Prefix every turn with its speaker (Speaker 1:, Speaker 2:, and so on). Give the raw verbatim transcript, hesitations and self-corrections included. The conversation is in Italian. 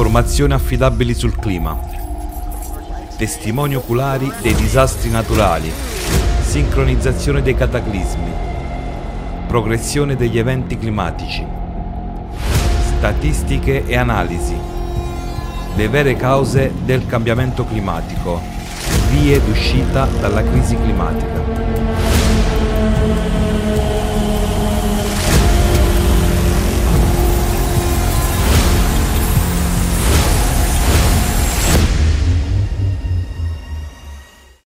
Speaker 1: Informazioni affidabili sul clima. Testimoni oculari dei disastri naturali. Sincronizzazione dei cataclismi. Progressione degli eventi climatici. Statistiche e analisi. Le vere cause del cambiamento climatico. Vie d'uscita dalla crisi climatica.